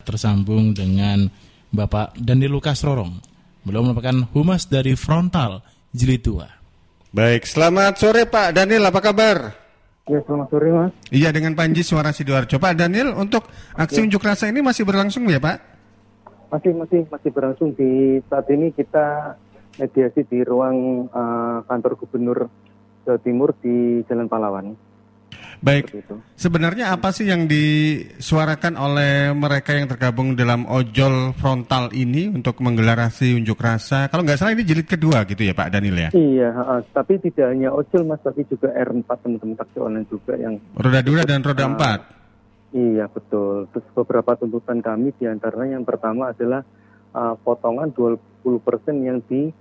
tersambung dengan Bapak Daniel Lukas Rorong. Beliau merupakan humas dari Frontal Jilid 2. Baik, selamat sore Pak Daniel, apa kabar? Ya, selamat sore Mas. Iya, dengan Panji Suara Sidoarjo. Pak Daniel, untuk aksi unjuk rasa ini masih berlangsung ya Pak? Masih berlangsung. Di saat ini kita mediasi di ruang kantor Gubernur Jawa Timur di Jalan Pahlawan. Baik, sebenarnya apa sih yang disuarakan oleh mereka yang tergabung dalam ojol frontal ini untuk menggelar aksi unjuk rasa? Kalau nggak salah ini jilid kedua gitu ya Pak Daniel ya? Iya, tapi tidak hanya ojol Mas, tapi juga R4 teman-teman taksi online juga yang roda 2 dan roda 4. Iya betul. Terus beberapa tuntutan kami diantaranya yang pertama adalah potongan 20% yang di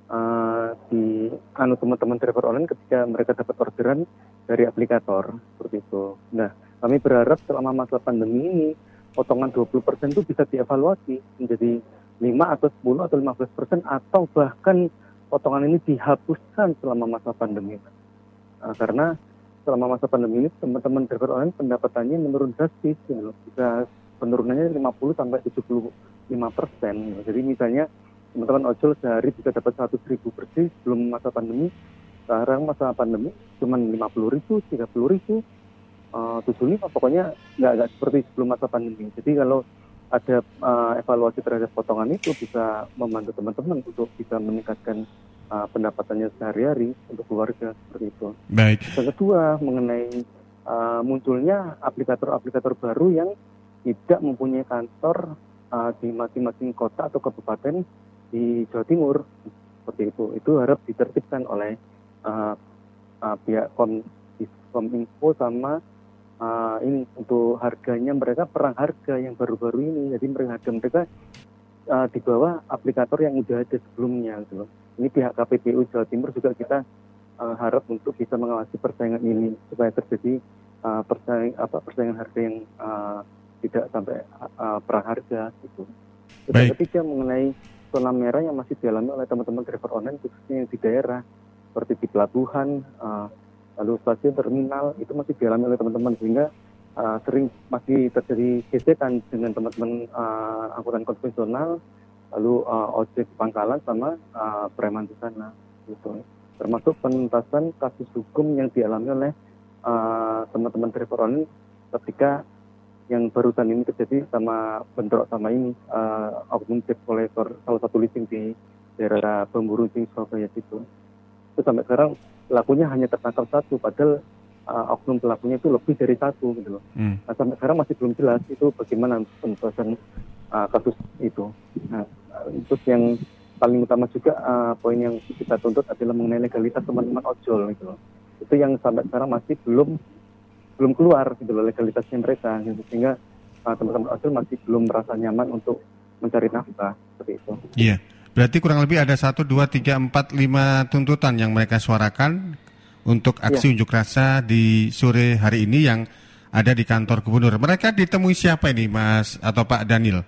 teman-teman driver online ketika mereka dapat orderan dari aplikator seperti itu. Nah, kami berharap selama masa pandemi ini potongan 20% itu bisa dievaluasi menjadi 5 atau 10 atau 15% atau bahkan potongan ini dihapuskan selama masa pandemi. Karena selama masa pandemi ini teman-teman driver online pendapatannya menurun drastis, bisa penurunannya 50 sampai 75%. Jadi misalnya teman-teman ojol sehari bisa dapat 100.000 bersih sebelum masa pandemi. Sekarang masa pandemi cuma 50.000, 30.000, 75, pokoknya nggak seperti sebelum masa pandemi. Jadi kalau ada evaluasi terhadap potongan itu bisa membantu teman-teman untuk bisa meningkatkan pendapatannya sehari-hari untuk keluarga seperti itu. Baik. Yang kedua mengenai munculnya aplikator-aplikator baru yang tidak mempunyai kantor di masing-masing kota atau kabupaten di Jawa Timur seperti itu harap ditertibkan oleh pihak Kominfo sama ini untuk harganya mereka perang harga yang baru-baru ini, jadi harga mereka di bawah aplikator yang udah ada sebelumnya gitu. Ini pihak KPPU Jawa Timur juga kita harap untuk bisa mengawasi persaingan ini supaya terjadi persaingan harga yang tidak sampai perang harga gitu. Yang ketiga mengenai zona merah yang masih dialami oleh teman-teman driver online khususnya yang di daerah seperti di pelabuhan, lalu stasiun terminal itu masih dialami oleh teman-teman sehingga sering masih terjadi gesekan dengan teman-teman angkutan konvensional, lalu ojek pangkalan sama preman di sana gitu. Termasuk penuntasan kasus hukum yang dialami oleh teman-teman driver online ketika yang barusan ini terjadi sama bentrok sama ini oknum debt collector salah satu leasing di daerah Bambu-Runcing Surabaya itu sampai sekarang pelakunya hanya tertangkap satu padahal oknum pelakunya itu lebih dari satu gitu loh. Nah, sampai sekarang masih belum jelas itu bagaimana penuntasan kasus itu. Nah, terus yang paling utama juga poin yang kita tuntut adalah mengenai legalitas teman-teman ojol gitu loh. Itu yang sampai sekarang masih belum keluar gitu loh legalitasnya mereka gitu. Sehingga teman-teman ojol masih belum merasa nyaman untuk mencari nafkah seperti itu. Iya. Berarti kurang lebih ada 1, 2, 3, 4, 5 tuntutan yang mereka suarakan untuk aksi unjuk rasa di sore hari ini yang ada di kantor gubernur. Mereka ditemui siapa ini Mas atau Pak Daniel?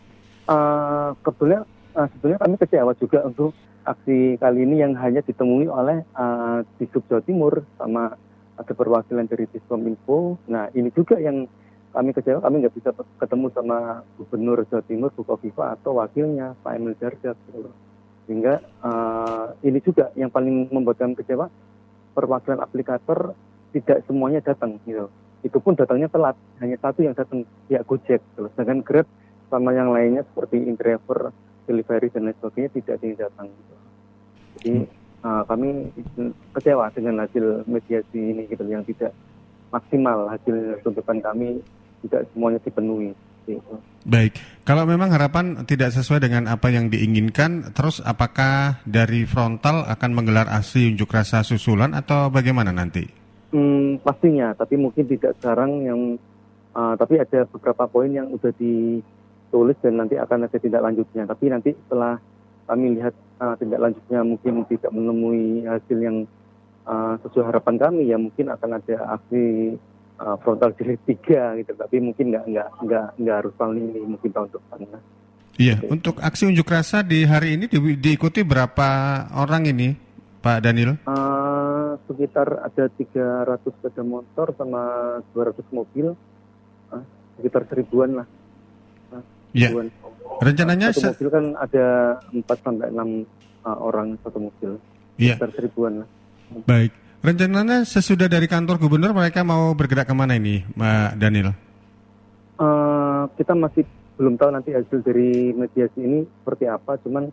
Sebetulnya kami kecewa juga untuk aksi kali ini yang hanya ditemui oleh Disub Jawa Timur sama ada perwakilan dari Diskominfo. Nah ini juga yang kami kecewa, kami nggak bisa ketemu sama Gubernur Jawa Timur, Bu Kofifa atau wakilnya Pak Emil Dardak. Sehingga ini juga yang paling membuat kami kecewa, perwakilan aplikator tidak semuanya datang. Gitu. Itu pun datangnya telat, hanya satu yang datang pihak Gojek. Gitu. Sedangkan Grab sama yang lainnya seperti InDriver, Delivery dan lain sebagainya tidak ada yang datang. Gitu. Jadi kami kecewa dengan hasil mediasi ini gitu, yang tidak maksimal hasil tuntutan kami tidak semuanya dipenuhi. Gitu. Baik, kalau memang harapan tidak sesuai dengan apa yang diinginkan, terus apakah dari Frontal akan menggelar aksi unjuk rasa susulan atau bagaimana nanti? Pastinya, tapi mungkin tidak sekarang tapi ada beberapa poin yang sudah ditulis dan nanti akan ada tindak lanjutnya. Tapi nanti setelah kami lihat tindak lanjutnya mungkin tidak menemui hasil yang sesuai harapan kami, ya mungkin akan ada aksi Frontal jilid 3 gitu, tapi mungkin nggak harus tahun ini, mungkin tahun depan. Iya, untuk aksi unjuk rasa di hari ini diikuti berapa orang ini, Pak Daniel? Sekitar ada 300 sepeda motor sama 200 mobil, sekitar 1000-an lah. Ya. ribuan. Rencananya Satu mobil kan ada 4 sampai 6 orang satu mobil. Iya. Sekitar 1000-an lah. Baik. Rencananya sesudah dari kantor gubernur mereka mau bergerak kemana ini, Mbak Daniel? Kita masih belum tahu nanti hasil dari mediasi ini seperti apa. Cuman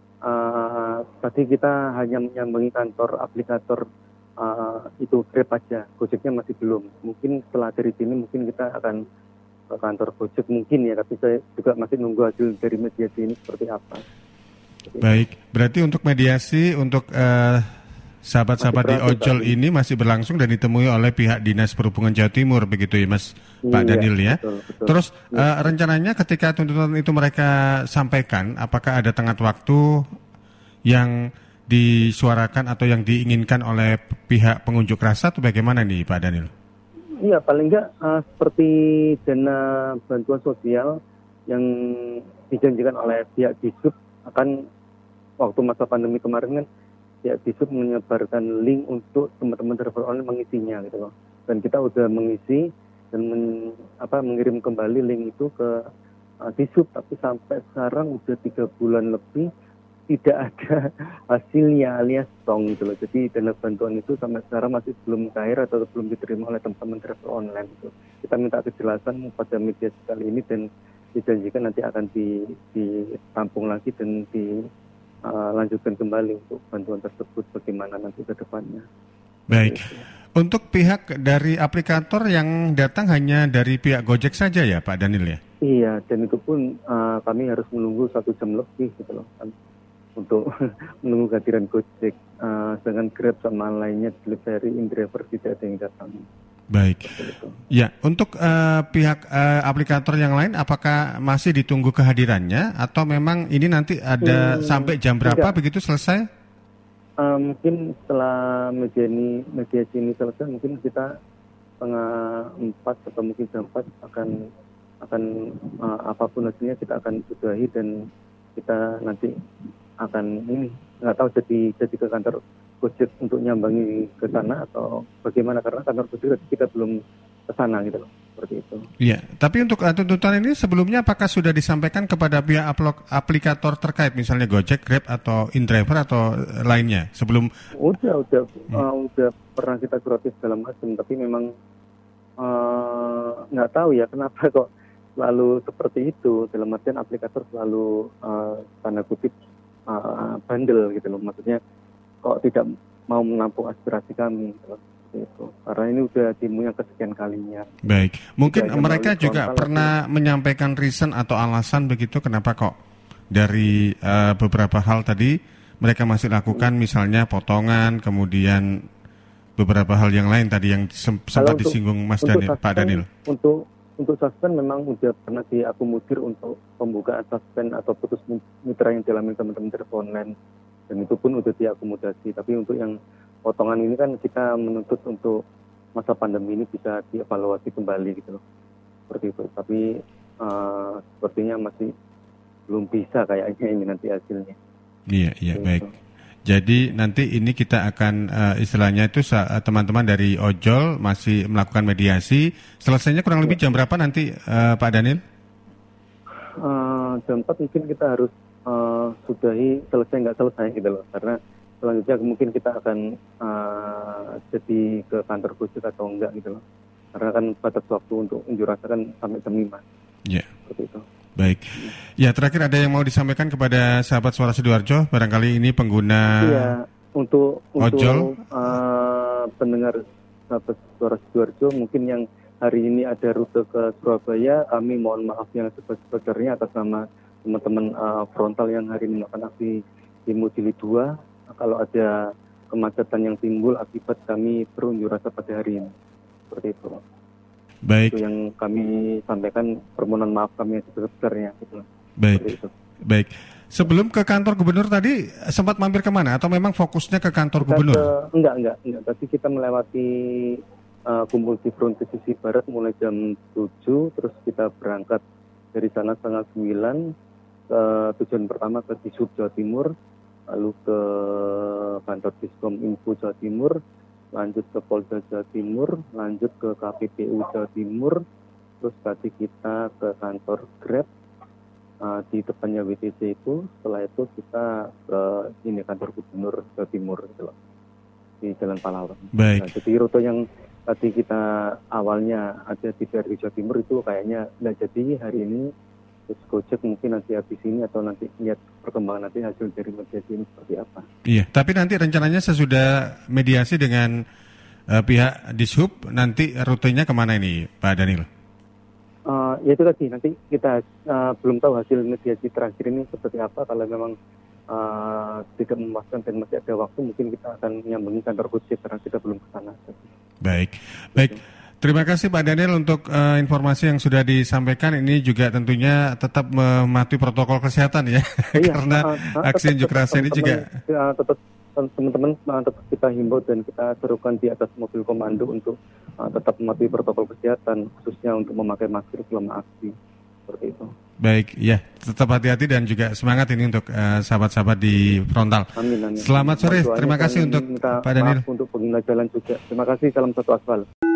tadi kita hanya menyambangi kantor aplikator itu Grab aja. Gojeknya masih belum. Mungkin setelah dari sini mungkin kita akan ke kantor Gojek mungkin ya. Tapi saya juga masih nunggu hasil dari mediasi ini seperti apa. Baik. Berarti untuk mediasi untuk sahabat-sahabat di ojol ini masih berlangsung dan ditemui oleh pihak Dinas Perhubungan Jawa Timur begitu ya Mas Pak Daniel ya. Betul. Terus rencananya ketika tuntutan itu mereka sampaikan, apakah ada tenggat waktu yang disuarakan atau yang diinginkan oleh pihak pengunjuk rasa atau bagaimana nih Pak Daniel? Iya, paling enggak seperti dana bantuan sosial yang dijanjikan oleh pihak Disub akan waktu masa pandemi kemarin kan pihak Disub menyebarkan link untuk teman-teman driver online mengisinya gitu loh. Dan kita udah mengisi dan mengirim kembali link itu ke Disub, tapi sampai sekarang udah 3 bulan lebih tidak ada hasilnya alias stong gitu loh. Jadi dana bantuan itu sampai sekarang masih belum cair atau belum diterima oleh teman-teman driver online gitu. Kita minta kejelasan pada media kali ini dan dijanjikan nanti akan ditampung lagi dan lanjutkan kembali untuk bantuan tersebut bagaimana nanti ke depannya. Baik. Untuk pihak dari aplikator yang datang hanya dari pihak Gojek saja ya Pak Daniel ya? Iya, dan itu pun kami harus menunggu 1 jam lebih gitu loh kan, untuk menunggu kehadiran Gojek. Dengan Grab sama lainnya delivery in driver tidak ada yang datang. Baik. Ya, untuk pihak aplikator yang lain apakah masih ditunggu kehadirannya atau memang ini nanti ada sampai jam berapa begitu selesai? Mungkin setelah mediasi ini selesai mungkin kita 3:30 atau mungkin jam 4 akan apapun hasilnya kita akan sudahi dan kita nanti akan nggak tahu jadi ke kantor Gojek untuk nyambangi ke sana atau bagaimana karena kantor Gojek kita belum ke sana gitu loh, seperti itu. Iya, tapi untuk tuntutan ini sebelumnya apakah sudah disampaikan kepada pihak aplikator terkait misalnya Gojek, Grab atau InDriver atau lainnya sebelum? Udah pernah kita surati segala macam, tapi memang nggak tahu ya kenapa kok selalu seperti itu, dalam artian aplikator selalu tanda kutip bandel gitu loh, maksudnya kok tidak mau menampung aspirasi kami gitu. Karena ini udah demo yang kesekian kalinya. Baik, mungkin mereka juga pernah menyampaikan reason atau alasan begitu kenapa kok dari beberapa hal tadi mereka masih lakukan misalnya potongan, kemudian beberapa hal yang lain tadi yang sempat disinggung Mas Daniel, Pak Daniel. Untuk suspend memang udah pernah diakomodir untuk pembukaan suspend atau putus mitra yang dialami teman-teman driver online. Dan itu pun udah diakomodasi. Tapi untuk yang potongan ini kan kita menuntut untuk masa pandemi ini bisa dievaluasi kembali gitu loh. Seperti itu. Tapi sepertinya masih belum bisa kayaknya ini nanti hasilnya. Iya, gitu. Baik. Jadi nanti ini kita akan istilahnya itu teman-teman dari ojol masih melakukan mediasi. Selesainya kurang lebih jam berapa nanti Pak Daniel? Jam 4 mungkin kita harus sudahi selesai nggak selesai gitu loh, karena selanjutnya mungkin kita akan jadi ke kantor Gojek atau enggak gitu loh, karena kan batas waktu untuk unjuk rasa kan sampai jam 5. Iya. Seperti itu. Baik. Ya, terakhir ada yang mau disampaikan kepada sahabat Suara Sidoarjo, barangkali ini pengguna untuk ojol, pendengar sahabat Suara Sidoarjo mungkin yang hari ini ada rute ke Surabaya, kami mohon maaf yang sebesar-besarnya atas nama teman-teman frontal yang hari ini melakukan aksi demo Jili 2. Kalau ada kemacetan yang timbul akibat kami berunjuk rasa pada hari ini. Seperti itu. Baik. Itu yang kami sampaikan, permohonan maaf kami yang sebesar-besarnya. Gitu. Baik. Itu. Baik. Sebelum ke kantor gubernur tadi sempat mampir kemana atau memang fokusnya ke kantor gubernur? Enggak. Tadi kita melewati kumpul di Frontis sisi barat mulai jam 7, terus kita berangkat dari sana 8:30 ke tujuan pertama ke Disub Jawa Timur, lalu ke kantor Diskom Info Jawa Timur, lanjut ke Polda Jawa Timur, lanjut ke KPPU Jawa Timur, terus tadi kita ke kantor Grab, di depannya WTC itu. Setelah itu kita ke ini kantor gubernur Jawa Timur gitu loh, di Jalan Pahlawan. Baik. Nah, jadi rute yang tadi kita awalnya ada di BRI Jawa Timur itu kayaknya nggak jadi hari ini. Terus Gojek mungkin nanti habis ini atau nanti lihat perkembangan nanti hasil dari mediasi ini seperti apa. Iya, tapi nanti rencananya sesudah mediasi dengan pihak Dishub, nanti rutenya kemana ini Pak Daniel? Ya itu tadi, nanti kita belum tahu hasil mediasi terakhir ini seperti apa. Kalau memang tidak memuaskan dan masih ada waktu, mungkin kita akan nyambungin kantor Gojek karena kita belum ke sana. Baik. Terima kasih Pak Daniel untuk informasi yang sudah disampaikan. Ini juga tentunya tetap mematuhi protokol kesehatan ya, karena aksi unjuk rasa ini juga. Tetap teman-teman tetap kita himbau dan kita serukan di atas mobil komando untuk tetap mematuhi protokol kesehatan, khususnya untuk memakai masker selama aksi, seperti itu. Baik, ya, tetap hati-hati dan juga semangat ini untuk sahabat-sahabat di frontal. Amin. Selamat sore, terima kasih untuk Pak Daniel. Maaf untuk pengguna jalan juga. Terima kasih, salam satu aspal.